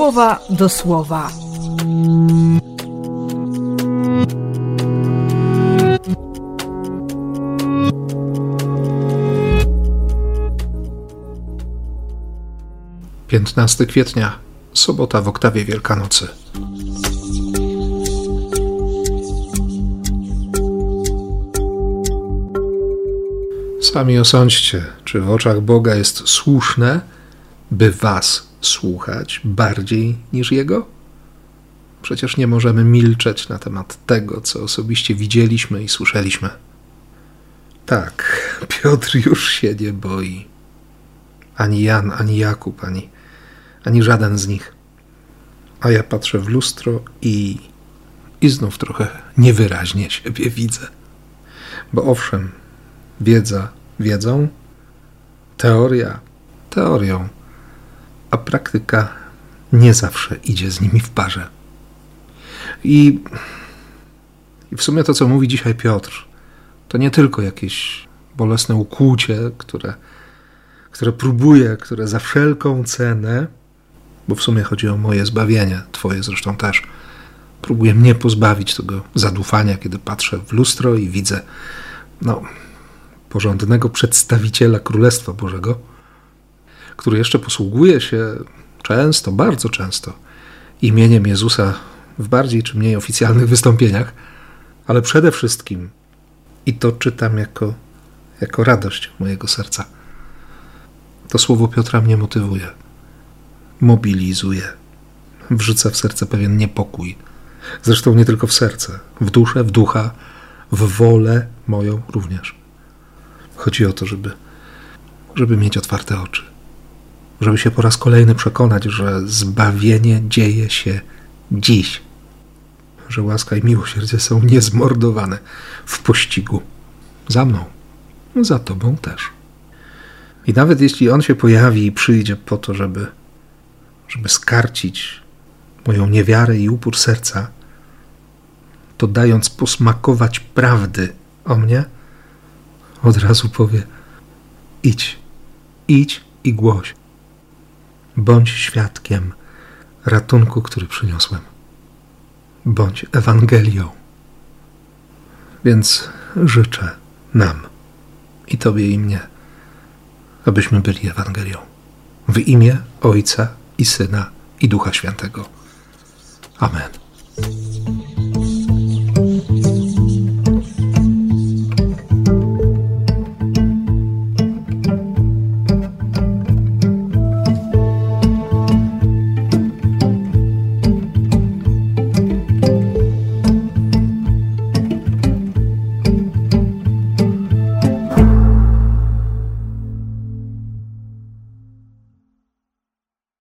słowa do słowa. Piętnasty kwietnia, sobota w oktawie Wielkanocy. Sami osądźcie, czy w oczach Boga jest słuszne, by was słuchać bardziej niż Jego? Przecież nie możemy milczeć na temat tego, co osobiście widzieliśmy i słyszeliśmy. Tak, Piotr już się nie boi. Ani Jan, ani Jakub, ani żaden z nich. A ja patrzę w lustro i znów trochę niewyraźnie siebie widzę. Bo owszem, wiedza wiedzą, teoria teorią, a praktyka nie zawsze idzie z nimi w parze. I w sumie to, co mówi dzisiaj Piotr, to nie tylko jakieś bolesne ukłucie, które próbuje, które za wszelką cenę, bo w sumie chodzi o moje zbawienie, twoje zresztą też, próbuje mnie pozbawić tego zadufania, kiedy patrzę w lustro i widzę, porządnego przedstawiciela Królestwa Bożego, który jeszcze posługuje się często, bardzo często imieniem Jezusa w bardziej czy mniej oficjalnych wystąpieniach, ale przede wszystkim, i to czytam jako radość mojego serca, to słowo Piotra mnie motywuje, mobilizuje, wrzuca w serce pewien niepokój. Zresztą nie tylko w serce, w duszę, w ducha, w wolę moją również. Chodzi o to, żeby mieć otwarte oczy, żeby się po raz kolejny przekonać, że zbawienie dzieje się dziś, że łaska i miłosierdzie są niezmordowane w pościgu za mną, za tobą też. I nawet jeśli On się pojawi i przyjdzie po to, żeby skarcić moją niewiarę i upór serca, to dając posmakować prawdy o mnie, od razu powie: idź i głoś. Bądź świadkiem ratunku, który przyniosłem. Bądź Ewangelią. Więc życzę nam, i tobie, i mnie, abyśmy byli Ewangelią. W imię Ojca i Syna i Ducha Świętego. Amen.